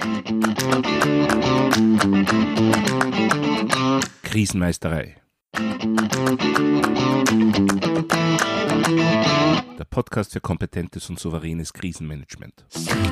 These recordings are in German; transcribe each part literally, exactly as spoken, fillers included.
Krisenmeisterei. Der Podcast für kompetentes und souveränes Krisenmanagement.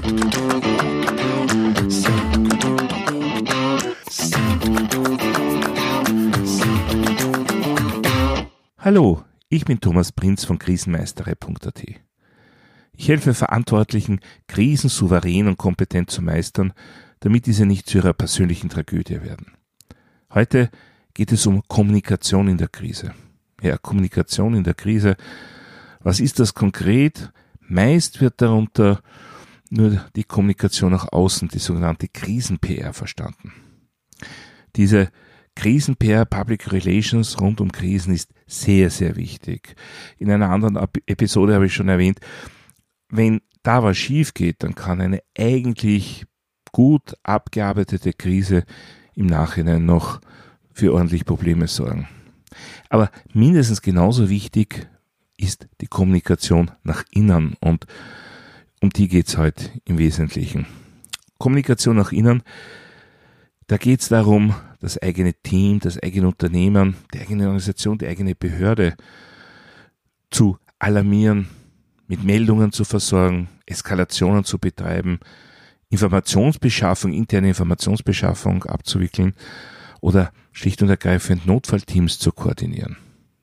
Hallo, ich bin Thomas Prinz von krisenmeisterei punkt a t. Ich helfe Verantwortlichen, Krisen souverän und kompetent zu meistern, damit diese nicht zu ihrer persönlichen Tragödie werden. Heute geht es um Kommunikation in der Krise. Ja, Kommunikation in der Krise. Was ist das konkret? Meist wird darunter nur die Kommunikation nach außen, die sogenannte Krisen-P R, verstanden. Diese Krisen-P R, Public Relations rund um Krisen ist sehr, sehr wichtig. In einer anderen Episode habe ich schon erwähnt, wenn da was schief geht, dann kann eine eigentlich gut abgearbeitete Krise im Nachhinein noch für ordentlich Probleme sorgen. Aber mindestens genauso wichtig ist die Kommunikation nach innen, und um die geht es heute im Wesentlichen. Kommunikation nach innen, da geht es darum, das eigene Team, das eigene Unternehmen, die eigene Organisation, die eigene Behörde zu alarmieren, mit Meldungen zu versorgen, Eskalationen zu betreiben, Informationsbeschaffung, interne Informationsbeschaffung abzuwickeln oder schlicht und ergreifend Notfallteams zu koordinieren.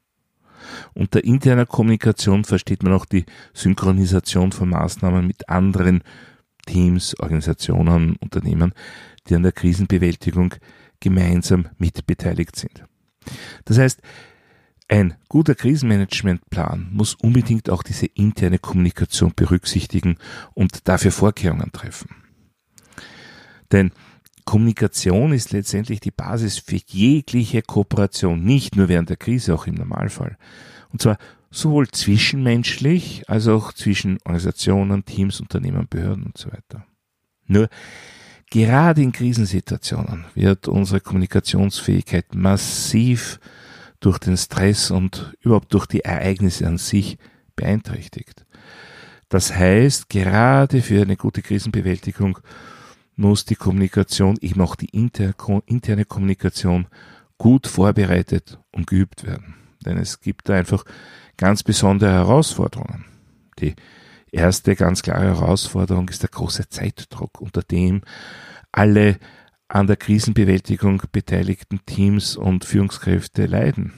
Unter interner Kommunikation versteht man auch die Synchronisation von Maßnahmen mit anderen Teams, Organisationen, Unternehmen, die an der Krisenbewältigung gemeinsam mitbeteiligt sind. Das heißt, ein guter Krisenmanagementplan muss unbedingt auch diese interne Kommunikation berücksichtigen und dafür Vorkehrungen treffen. Denn Kommunikation ist letztendlich die Basis für jegliche Kooperation, nicht nur während der Krise, auch im Normalfall. Und zwar sowohl zwischenmenschlich als auch zwischen Organisationen, Teams, Unternehmen, Behörden und so weiter. Nur gerade in Krisensituationen wird unsere Kommunikationsfähigkeit massiv durch den Stress und überhaupt durch die Ereignisse an sich beeinträchtigt. Das heißt, gerade für eine gute Krisenbewältigung muss die Kommunikation, eben auch die interne Kommunikation, gut vorbereitet und geübt werden. Denn es gibt da einfach ganz besondere Herausforderungen. Die erste ganz klare Herausforderung ist der große Zeitdruck, unter dem alle an der Krisenbewältigung beteiligten Teams und Führungskräfte leiden.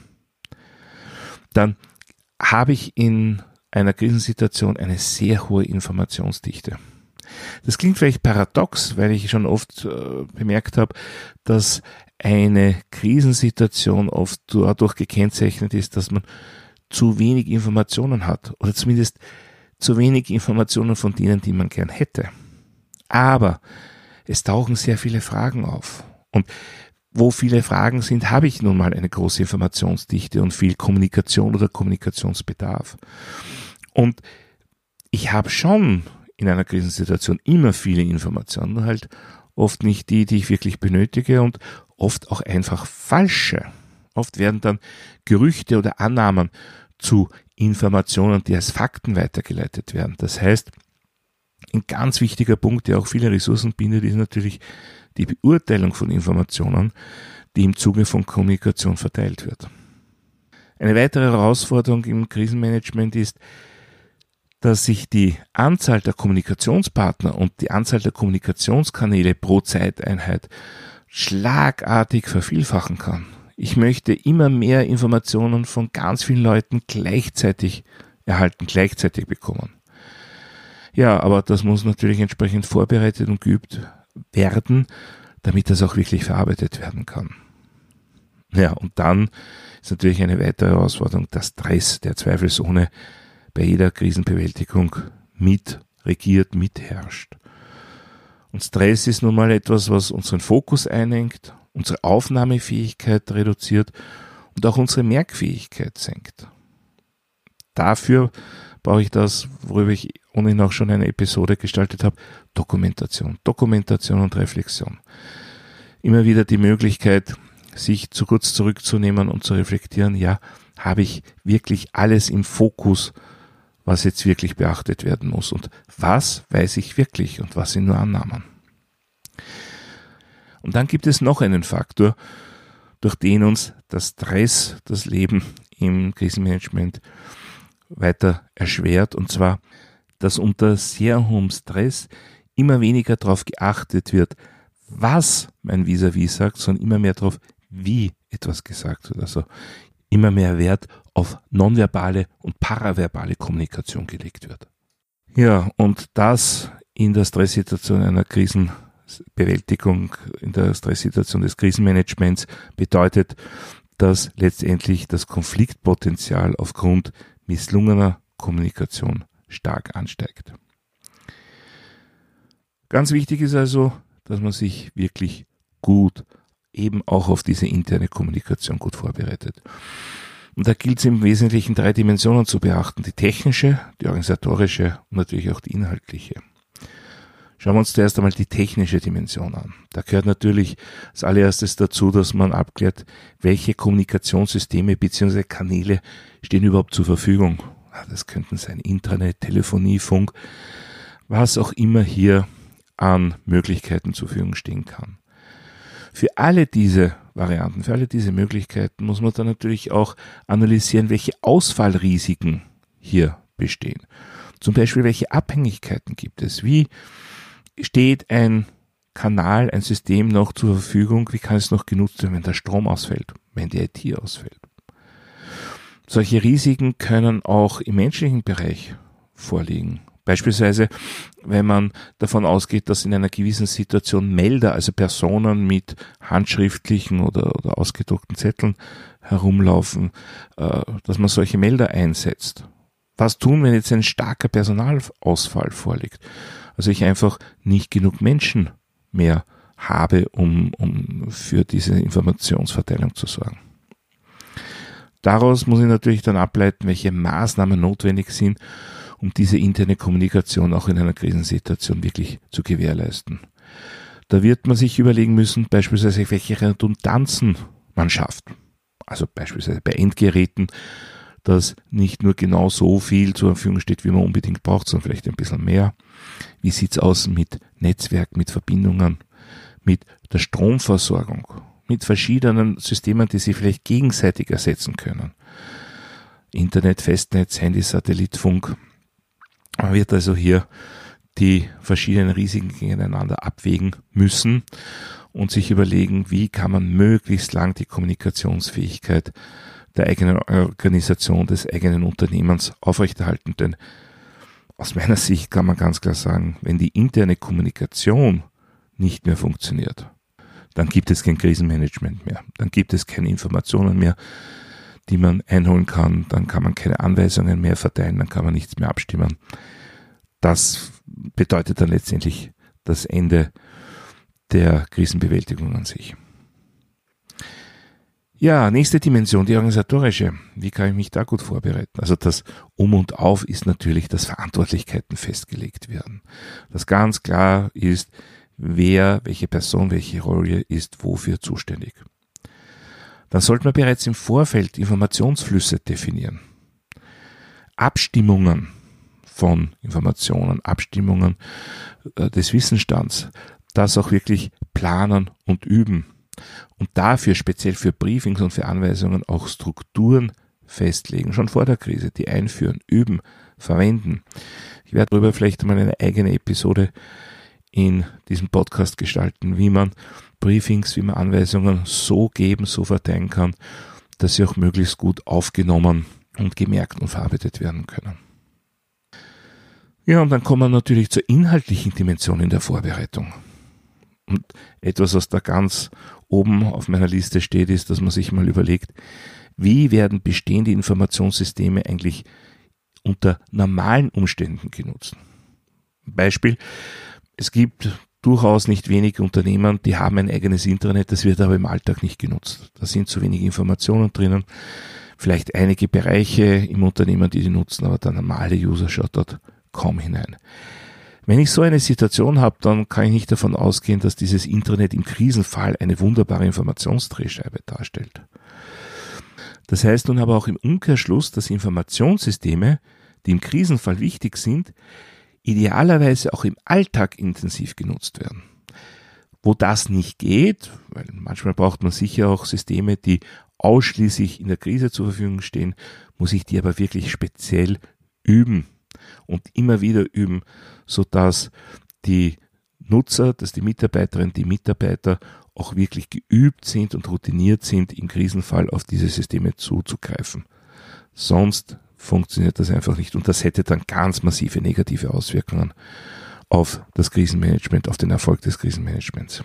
Dann habe ich in einer Krisensituation eine sehr hohe Informationsdichte. Das klingt vielleicht paradox, weil ich schon oft äh, bemerkt habe, dass eine Krisensituation oft dadurch gekennzeichnet ist, dass man zu wenig Informationen hat oder zumindest zu wenig Informationen von denen, die man gern hätte. Aber es tauchen sehr viele Fragen auf. Und wo viele Fragen sind, habe ich nun mal eine große Informationsdichte und viel Kommunikation oder Kommunikationsbedarf. Und ich habe schon in einer Krisensituation immer viele Informationen, nur halt oft nicht die, die ich wirklich benötige, und oft auch einfach falsche. Oft werden dann Gerüchte oder Annahmen zu Informationen, die als Fakten weitergeleitet werden. Das heißt, ein ganz wichtiger Punkt, der auch viele Ressourcen bindet, ist natürlich die Beurteilung von Informationen, die im Zuge von Kommunikation verteilt wird. Eine weitere Herausforderung im Krisenmanagement ist, dass sich die Anzahl der Kommunikationspartner und die Anzahl der Kommunikationskanäle pro Zeiteinheit schlagartig vervielfachen kann. Ich möchte immer mehr Informationen von ganz vielen Leuten gleichzeitig erhalten, gleichzeitig bekommen. Ja, aber das muss natürlich entsprechend vorbereitet und geübt werden, damit das auch wirklich verarbeitet werden kann. Ja, und dann ist natürlich eine weitere Herausforderung der Stress, der zweifelsohne bei jeder Krisenbewältigung mit regiert, mitherrscht. Und Stress ist nun mal etwas, was unseren Fokus einengt, unsere Aufnahmefähigkeit reduziert und auch unsere Merkfähigkeit senkt. Dafür brauche ich das, worüber ich ohnehin auch schon eine Episode gestaltet habe, Dokumentation. Dokumentation und Reflexion. Immer wieder die Möglichkeit, sich zu kurz zurückzunehmen und zu reflektieren, ja, habe ich wirklich alles im Fokus, was jetzt wirklich beachtet werden muss und was weiß ich wirklich und was sind nur Annahmen. Und dann gibt es noch einen Faktor, durch den uns der Stress, das Leben im Krisenmanagement weiter erschwert, und zwar, dass unter sehr hohem Stress immer weniger darauf geachtet wird, was mein Vis-à-vis sagt, sondern immer mehr darauf, wie etwas gesagt wird. Also immer mehr Wert auf nonverbale und paraverbale Kommunikation gelegt wird. Ja, und das in der Stresssituation einer Krisenbewältigung, in der Stresssituation des Krisenmanagements bedeutet, dass letztendlich das Konfliktpotenzial aufgrund misslungener Kommunikation stark ansteigt. Ganz wichtig ist also, dass man sich wirklich gut eben auch auf diese interne Kommunikation gut vorbereitet. Und da gilt es im Wesentlichen drei Dimensionen zu beachten: die technische, die organisatorische und natürlich auch die inhaltliche. Schauen wir uns zuerst einmal die technische Dimension an. Da gehört natürlich als allererstes dazu, dass man abklärt, welche Kommunikationssysteme bzw. Kanäle stehen überhaupt zur Verfügung. Das könnten sein Intranet, Telefonie, Funk, was auch immer hier an Möglichkeiten zur Verfügung stehen kann. Für alle diese Varianten, für alle diese Möglichkeiten muss man dann natürlich auch analysieren, welche Ausfallrisiken hier bestehen. Zum Beispiel, welche Abhängigkeiten gibt es? Wie steht ein Kanal, ein System noch zur Verfügung? Wie kann es noch genutzt werden, wenn der Strom ausfällt, wenn die I T ausfällt? Solche Risiken können auch im menschlichen Bereich vorliegen. Beispielsweise, wenn man davon ausgeht, dass in einer gewissen Situation Melder, also Personen mit handschriftlichen oder, oder ausgedruckten Zetteln herumlaufen, äh, dass man solche Melder einsetzt. Was tun, wenn jetzt ein starker Personalausfall vorliegt? Also ich einfach nicht genug Menschen mehr habe, um, um für diese Informationsverteilung zu sorgen. Daraus muss ich natürlich dann ableiten, welche Maßnahmen notwendig sind, um diese interne Kommunikation auch in einer Krisensituation wirklich zu gewährleisten. Da wird man sich überlegen müssen, beispielsweise welche Redundanzen man schafft. Also beispielsweise bei Endgeräten, dass nicht nur genau so viel zur Verfügung steht, wie man unbedingt braucht, sondern vielleicht ein bisschen mehr. Wie sieht's aus mit Netzwerk, mit Verbindungen, mit der Stromversorgung, mit verschiedenen Systemen, die sich vielleicht gegenseitig ersetzen können. Internet, Festnetz, Handy, Satellitfunk. Man wird also hier die verschiedenen Risiken gegeneinander abwägen müssen und sich überlegen, wie kann man möglichst lang die Kommunikationsfähigkeit der eigenen Organisation, des eigenen Unternehmens aufrechterhalten. Denn aus meiner Sicht kann man ganz klar sagen, wenn die interne Kommunikation nicht mehr funktioniert, dann gibt es kein Krisenmanagement mehr, dann gibt es keine Informationen mehr, die man einholen kann, dann kann man keine Anweisungen mehr verteilen, dann kann man nichts mehr abstimmen. Das bedeutet dann letztendlich das Ende der Krisenbewältigung an sich. Ja, nächste Dimension, die organisatorische. Wie kann ich mich da gut vorbereiten? Also das Um und Auf ist natürlich, dass Verantwortlichkeiten festgelegt werden. Dass ganz klar ist, wer, welche Person, welche Rolle ist wofür zuständig. Dann sollte man bereits im Vorfeld Informationsflüsse definieren. Abstimmungen von Informationen, Abstimmungen äh, des Wissensstands, das auch wirklich planen und üben. Und dafür, speziell für Briefings und für Anweisungen, auch Strukturen festlegen, schon vor der Krise, die einführen, üben, verwenden. Ich werde darüber vielleicht mal eine eigene Episode in diesem Podcast gestalten, wie man Briefings, wie man Anweisungen so geben, so verteilen kann, dass sie auch möglichst gut aufgenommen und gemerkt und verarbeitet werden können. Ja, und dann kommen wir natürlich zur inhaltlichen Dimension in der Vorbereitung. Und etwas, was da ganz oben auf meiner Liste steht, ist, dass man sich mal überlegt, wie werden bestehende Informationssysteme eigentlich unter normalen Umständen genutzt. Beispiel, es gibt durchaus nicht wenige Unternehmen, die haben ein eigenes Intranet, das wird aber im Alltag nicht genutzt. Da sind zu wenige Informationen drinnen, vielleicht einige Bereiche im Unternehmen, die die nutzen, aber der normale User schaut dort kaum hinein. Wenn ich so eine Situation habe, dann kann ich nicht davon ausgehen, dass dieses Intranet im Krisenfall eine wunderbare Informationsdrehscheibe darstellt. Das heißt nun aber auch im Umkehrschluss, dass Informationssysteme, die im Krisenfall wichtig sind, idealerweise auch im Alltag intensiv genutzt werden. Wo das nicht geht, weil manchmal braucht man sicher auch Systeme, die ausschließlich in der Krise zur Verfügung stehen, muss ich die aber wirklich speziell üben und immer wieder üben, sodass die Nutzer, dass die Mitarbeiterinnen, die Mitarbeiter auch wirklich geübt sind und routiniert sind, im Krisenfall auf diese Systeme zuzugreifen. Sonst funktioniert das einfach nicht und das hätte dann ganz massive negative Auswirkungen auf das Krisenmanagement, auf den Erfolg des Krisenmanagements.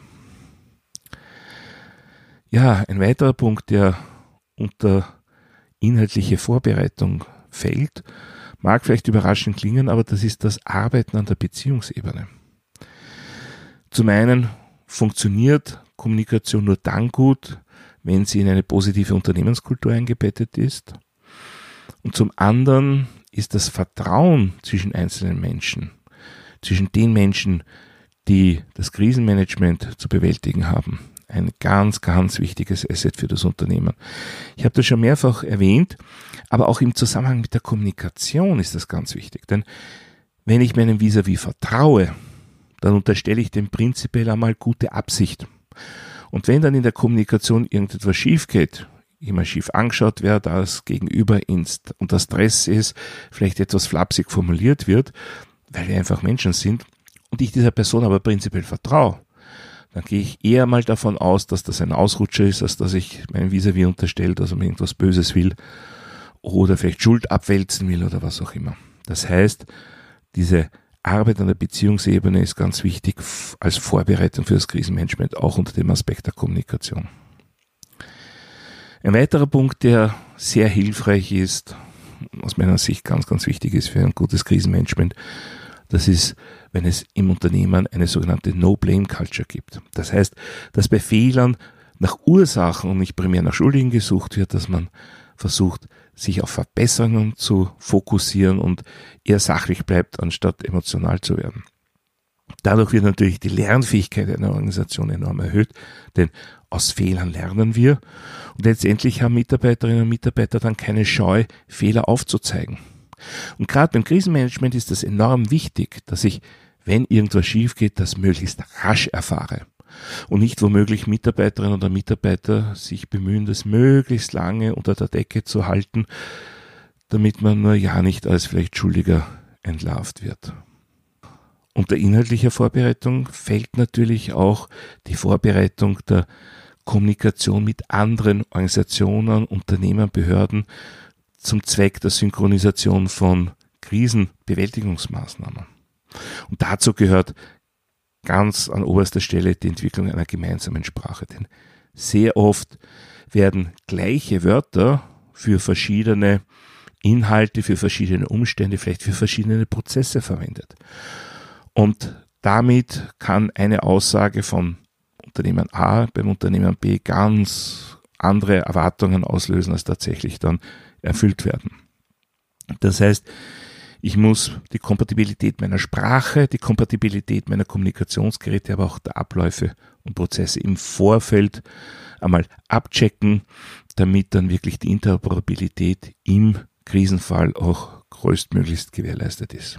Ja, ein weiterer Punkt, der unter inhaltliche Vorbereitung fällt, mag vielleicht überraschend klingen, aber das ist das Arbeiten an der Beziehungsebene. Zum einen funktioniert Kommunikation nur dann gut, wenn sie in eine positive Unternehmenskultur eingebettet ist. Und zum anderen ist das Vertrauen zwischen einzelnen Menschen, zwischen den Menschen, die das Krisenmanagement zu bewältigen haben, ein ganz, ganz wichtiges Asset für das Unternehmen. Ich habe das schon mehrfach erwähnt, aber auch im Zusammenhang mit der Kommunikation ist das ganz wichtig. Denn wenn ich meinem Vis-à-vis vertraue, dann unterstelle ich dem prinzipiell einmal gute Absicht. Und wenn dann in der Kommunikation irgendetwas schief geht, immer schief angeschaut wird, das Gegenüber inst unter Stress ist, vielleicht etwas flapsig formuliert wird, weil wir einfach Menschen sind und ich dieser Person aber prinzipiell vertraue, dann gehe ich eher mal davon aus, dass das ein Ausrutscher ist, als dass ich meinem Vis-à-vis unterstelle, dass er mir irgendwas Böses will oder vielleicht Schuld abwälzen will oder was auch immer. Das heißt, diese Arbeit an der Beziehungsebene ist ganz wichtig als Vorbereitung für das Krisenmanagement, auch unter dem Aspekt der Kommunikation. Ein weiterer Punkt, der sehr hilfreich ist, aus meiner Sicht ganz, ganz wichtig ist für ein gutes Krisenmanagement, das ist, wenn es im Unternehmen eine sogenannte No-Blame-Culture gibt. Das heißt, dass bei Fehlern nach Ursachen und nicht primär nach Schuldigen gesucht wird, dass man versucht, sich auf Verbesserungen zu fokussieren und eher sachlich bleibt, anstatt emotional zu werden. Dadurch wird natürlich die Lernfähigkeit einer Organisation enorm erhöht, denn aus Fehlern lernen wir und letztendlich haben Mitarbeiterinnen und Mitarbeiter dann keine Scheu, Fehler aufzuzeigen. Und gerade beim Krisenmanagement ist das enorm wichtig, dass ich, wenn irgendwas schief geht, das möglichst rasch erfahre. Und nicht womöglich Mitarbeiterinnen oder Mitarbeiter sich bemühen, das möglichst lange unter der Decke zu halten, damit man nur ja nicht als vielleicht Schuldiger entlarvt wird. Unter inhaltlicher Vorbereitung fällt natürlich auch die Vorbereitung der Kommunikation mit anderen Organisationen, Unternehmen, Behörden zum Zweck der Synchronisation von Krisenbewältigungsmaßnahmen. Und dazu gehört ganz an oberster Stelle die Entwicklung einer gemeinsamen Sprache. Denn sehr oft werden gleiche Wörter für verschiedene Inhalte, für verschiedene Umstände, vielleicht für verschiedene Prozesse verwendet. Und damit kann eine Aussage von Unternehmen A beim Unternehmen B ganz andere Erwartungen auslösen, als tatsächlich dann erfüllt werden. Das heißt, ich muss die Kompatibilität meiner Sprache, die Kompatibilität meiner Kommunikationsgeräte, aber auch der Abläufe und Prozesse im Vorfeld einmal abchecken, damit dann wirklich die Interoperabilität im Krisenfall auch größtmöglichst gewährleistet ist.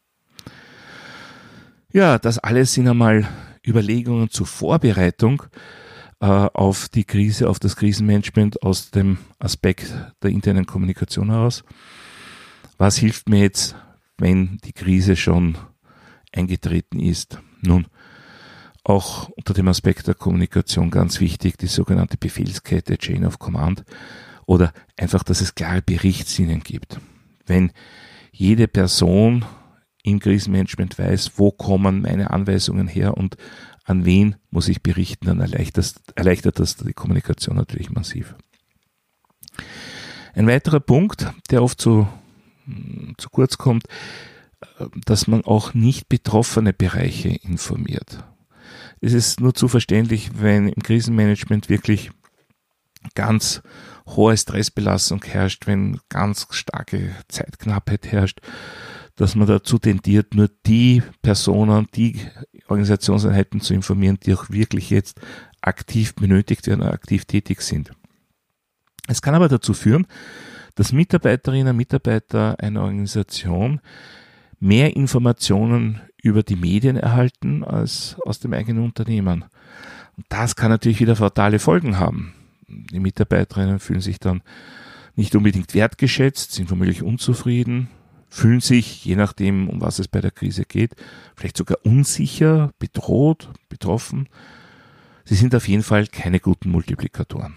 Ja, das alles sind einmal Überlegungen zur Vorbereitung äh, auf die Krise, auf das Krisenmanagement aus dem Aspekt der internen Kommunikation heraus. Was hilft mir jetzt, wenn die Krise schon eingetreten ist? Nun, auch unter dem Aspekt der Kommunikation ganz wichtig, die sogenannte Befehlskette, Chain of Command, oder einfach, dass es klare Berichtslinien gibt. Wenn jede Person im Krisenmanagement weiß, wo kommen meine Anweisungen her und an wen muss ich berichten, dann erleichtert, erleichtert das die Kommunikation natürlich massiv. Ein weiterer Punkt, der oft so zu kurz kommt, dass man auch nicht betroffene Bereiche informiert. Es ist nur zu verständlich, wenn im Krisenmanagement wirklich ganz hohe Stressbelastung herrscht, wenn ganz starke Zeitknappheit herrscht, dass man dazu tendiert, nur die Personen, die Organisationseinheiten zu informieren, die auch wirklich jetzt aktiv benötigt werden, aktiv tätig sind. Es kann aber dazu führen, dass Mitarbeiterinnen und Mitarbeiter einer Organisation mehr Informationen über die Medien erhalten als aus dem eigenen Unternehmen. Und das kann natürlich wieder fatale Folgen haben. Die Mitarbeiterinnen fühlen sich dann nicht unbedingt wertgeschätzt, sind womöglich unzufrieden, fühlen sich, je nachdem, um was es bei der Krise geht, vielleicht sogar unsicher, bedroht, betroffen. Sie sind auf jeden Fall keine guten Multiplikatoren.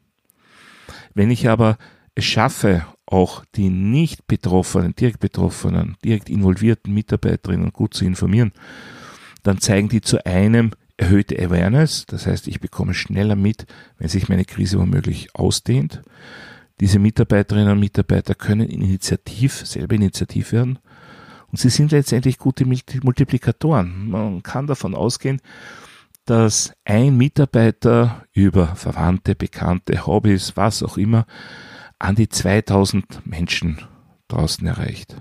Wenn ich aber es schaffe, auch die nicht betroffenen, direkt betroffenen, direkt involvierten Mitarbeiterinnen gut zu informieren, dann zeigen die zu einem erhöhte Awareness, das heißt, ich bekomme schneller mit, wenn sich meine Krise womöglich ausdehnt. Diese Mitarbeiterinnen und Mitarbeiter können initiativ, selber initiativ werden und sie sind letztendlich gute Multiplikatoren. Man kann davon ausgehen, dass ein Mitarbeiter über Verwandte, Bekannte, Hobbys, was auch immer, an die zweitausend Menschen draußen erreicht.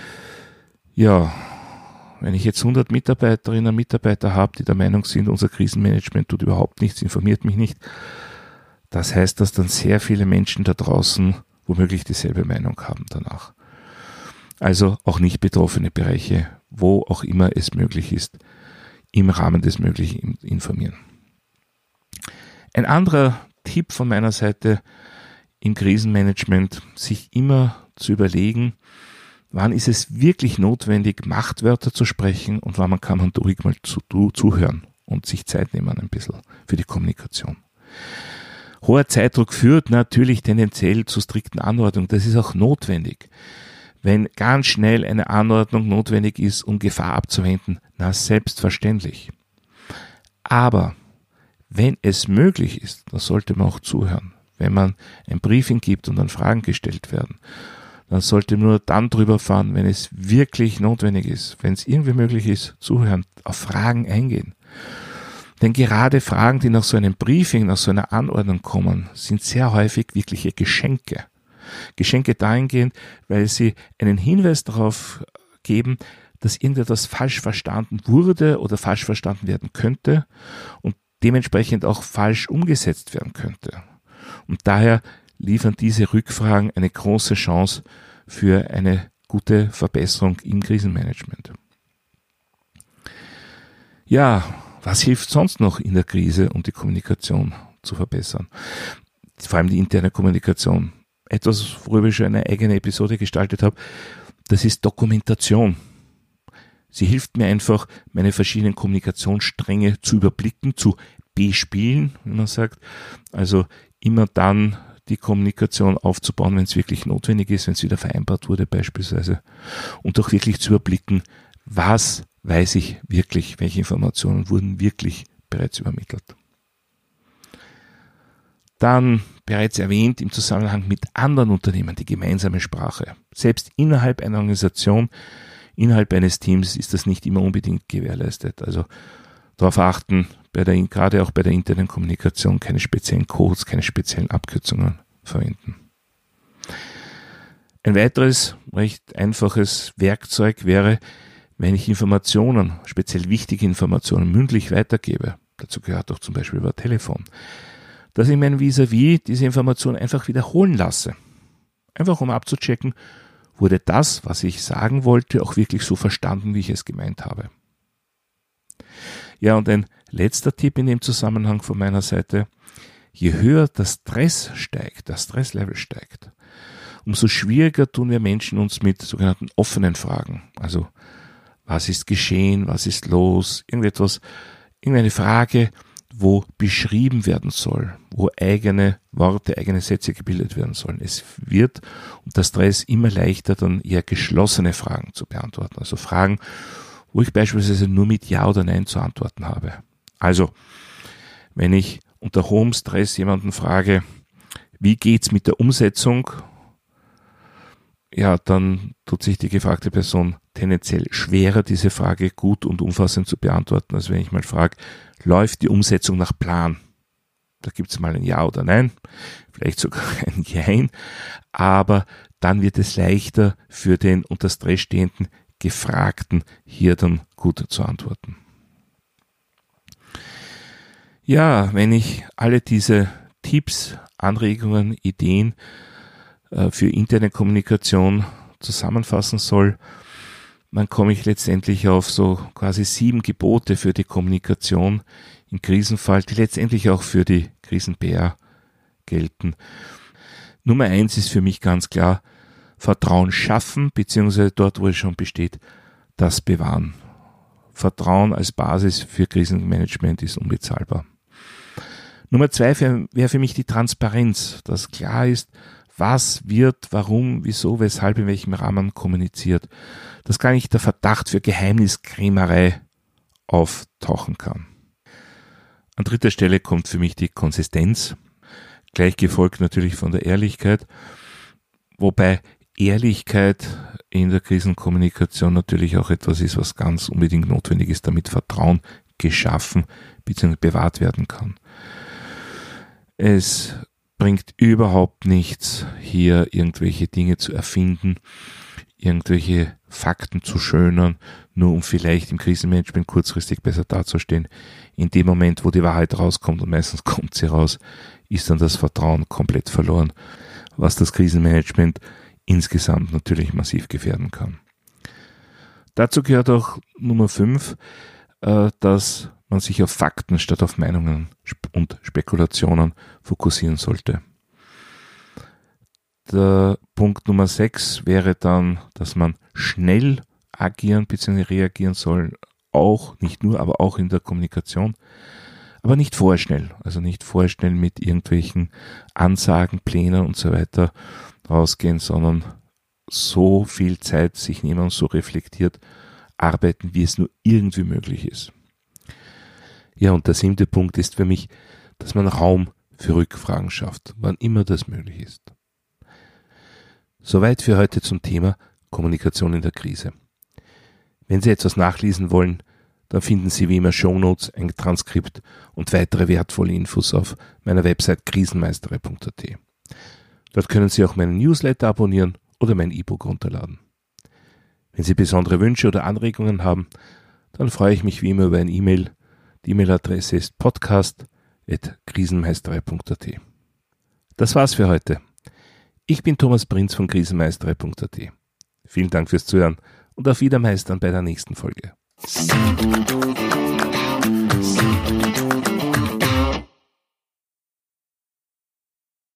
Ja, wenn ich jetzt hundert Mitarbeiterinnen und Mitarbeiter habe, die der Meinung sind, unser Krisenmanagement tut überhaupt nichts, informiert mich nicht, das heißt, dass dann sehr viele Menschen da draußen womöglich dieselbe Meinung haben danach. Also auch nicht betroffene Bereiche, wo auch immer es möglich ist, im Rahmen des Möglichen informieren. Ein anderer Tipp von meiner Seite im Krisenmanagement, sich immer zu überlegen, wann ist es wirklich notwendig, Machtwörter zu sprechen und wann kann man ruhig mal zu, zuhören und sich Zeit nehmen ein bisschen für die Kommunikation. Hoher Zeitdruck führt natürlich tendenziell zu strikten Anordnungen. Das ist auch notwendig. Wenn ganz schnell eine Anordnung notwendig ist, um Gefahr abzuwenden, na selbstverständlich. Aber wenn es möglich ist, dann sollte man auch zuhören. Wenn man ein Briefing gibt und dann Fragen gestellt werden, dann sollte man nur dann drüber fahren, wenn es wirklich notwendig ist, wenn es irgendwie möglich ist, zuhören, auf Fragen eingehen. Denn gerade Fragen, die nach so einem Briefing, nach so einer Anordnung kommen, sind sehr häufig wirkliche Geschenke. Geschenke dahingehend, weil sie einen Hinweis darauf geben, dass irgendetwas falsch verstanden wurde oder falsch verstanden werden könnte und dementsprechend auch falsch umgesetzt werden könnte. Und daher liefern diese Rückfragen eine große Chance für eine gute Verbesserung im Krisenmanagement. Ja, was hilft sonst noch in der Krise, um die Kommunikation zu verbessern? Vor allem die interne Kommunikation. Etwas, worüber ich schon eine eigene Episode gestaltet habe, das ist Dokumentation. Sie hilft mir einfach, meine verschiedenen Kommunikationsstränge zu überblicken, zu bespielen, wie man sagt. Also immer dann die Kommunikation aufzubauen, wenn es wirklich notwendig ist, wenn es wieder vereinbart wurde beispielsweise. Und auch wirklich zu überblicken, was weiß ich wirklich, welche Informationen wurden wirklich bereits übermittelt. Dann bereits erwähnt im Zusammenhang mit anderen Unternehmen die gemeinsame Sprache. Selbst innerhalb einer Organisation, innerhalb eines Teams ist das nicht immer unbedingt gewährleistet. Also darauf achten, bei der, gerade auch bei der internen Kommunikation keine speziellen Codes, keine speziellen Abkürzungen verwenden. Ein weiteres recht einfaches Werkzeug wäre, wenn ich Informationen, speziell wichtige Informationen, mündlich weitergebe. Dazu gehört auch zum Beispiel über Telefon. Dass ich mein Vis-à-vis diese Information einfach wiederholen lasse. Einfach um abzuchecken, wurde das, was ich sagen wollte, auch wirklich so verstanden, wie ich es gemeint habe. Ja, und ein letzter Tipp in dem Zusammenhang von meiner Seite: Je höher der Stress steigt, der Stresslevel steigt, umso schwieriger tun wir Menschen uns mit sogenannten offenen Fragen. Also, was ist geschehen, was ist los, irgendetwas, irgendeine Frage, wo beschrieben werden soll, wo eigene Worte, eigene Sätze gebildet werden sollen. Es wird unter Stress immer leichter, dann eher geschlossene Fragen zu beantworten. Also Fragen, wo ich beispielsweise nur mit Ja oder Nein zu antworten habe. Also, wenn ich unter hohem Stress jemanden frage, wie geht's mit der Umsetzung? Ja, dann tut sich die gefragte Person tendenziell schwerer, diese Frage gut und umfassend zu beantworten, als wenn ich mal frage, läuft die Umsetzung nach Plan? Da gibt es mal ein Ja oder Nein, vielleicht sogar ein Jein, aber dann wird es leichter für den unter Stress stehenden Gefragten, hier dann gut zu antworten. Ja, wenn ich alle diese Tipps, Anregungen, Ideen äh, für interne Kommunikation zusammenfassen soll, dann komme ich letztendlich auf so quasi sieben Gebote für die Kommunikation im Krisenfall, die letztendlich auch für die Krisen-P R gelten. Nummer eins ist für mich ganz klar, Vertrauen schaffen, beziehungsweise dort, wo es schon besteht, das bewahren. Vertrauen als Basis für Krisenmanagement ist unbezahlbar. Nummer zwei wäre für mich die Transparenz, dass klar ist, was wird, warum, wieso, weshalb, in welchem Rahmen kommuniziert. Dass gar nicht der Verdacht für Geheimniskrämerei auftauchen kann. An dritter Stelle kommt für mich die Konsistenz, gleich gefolgt natürlich von der Ehrlichkeit, wobei Ehrlichkeit in der Krisenkommunikation natürlich auch etwas ist, was ganz unbedingt notwendig ist, damit Vertrauen geschaffen bzw. bewahrt werden kann. Es bringt überhaupt nichts, hier irgendwelche Dinge zu erfinden, irgendwelche Fakten zu schönern, nur um vielleicht im Krisenmanagement kurzfristig besser dazustehen. In dem Moment, wo die Wahrheit rauskommt, und meistens kommt sie raus, ist dann das Vertrauen komplett verloren, was das Krisenmanagement insgesamt natürlich massiv gefährden kann. Dazu gehört auch Nummer fünf, dass man sich auf Fakten statt auf Meinungen und Spekulationen fokussieren sollte. Der Punkt Nummer sechs wäre dann, dass man schnell agieren bzw. reagieren soll, auch, nicht nur, aber auch in der Kommunikation, aber nicht vorschnell, also nicht vorschnell mit irgendwelchen Ansagen, Plänen und so weiter rausgehen, sondern so viel Zeit sich nehmen und so reflektiert arbeiten, wie es nur irgendwie möglich ist. Ja, und der siebte Punkt ist für mich, dass man Raum für Rückfragen schafft, wann immer das möglich ist. Soweit für heute zum Thema Kommunikation in der Krise. Wenn Sie etwas nachlesen wollen, dann finden Sie wie immer Shownotes, ein Transkript und weitere wertvolle Infos auf meiner Website krisenmeistere punkt a t. Dort können Sie auch meinen Newsletter abonnieren oder mein E-Book runterladen. Wenn Sie besondere Wünsche oder Anregungen haben, dann freue ich mich wie immer über ein E-Mail. Die E-Mail-Adresse ist podcast at krisenmeistere punkt a t. Das war's für heute. Ich bin Thomas Prinz von krisenmeistere punkt a t. Vielen Dank fürs Zuhören und auf Wiedermeistern bei der nächsten Folge.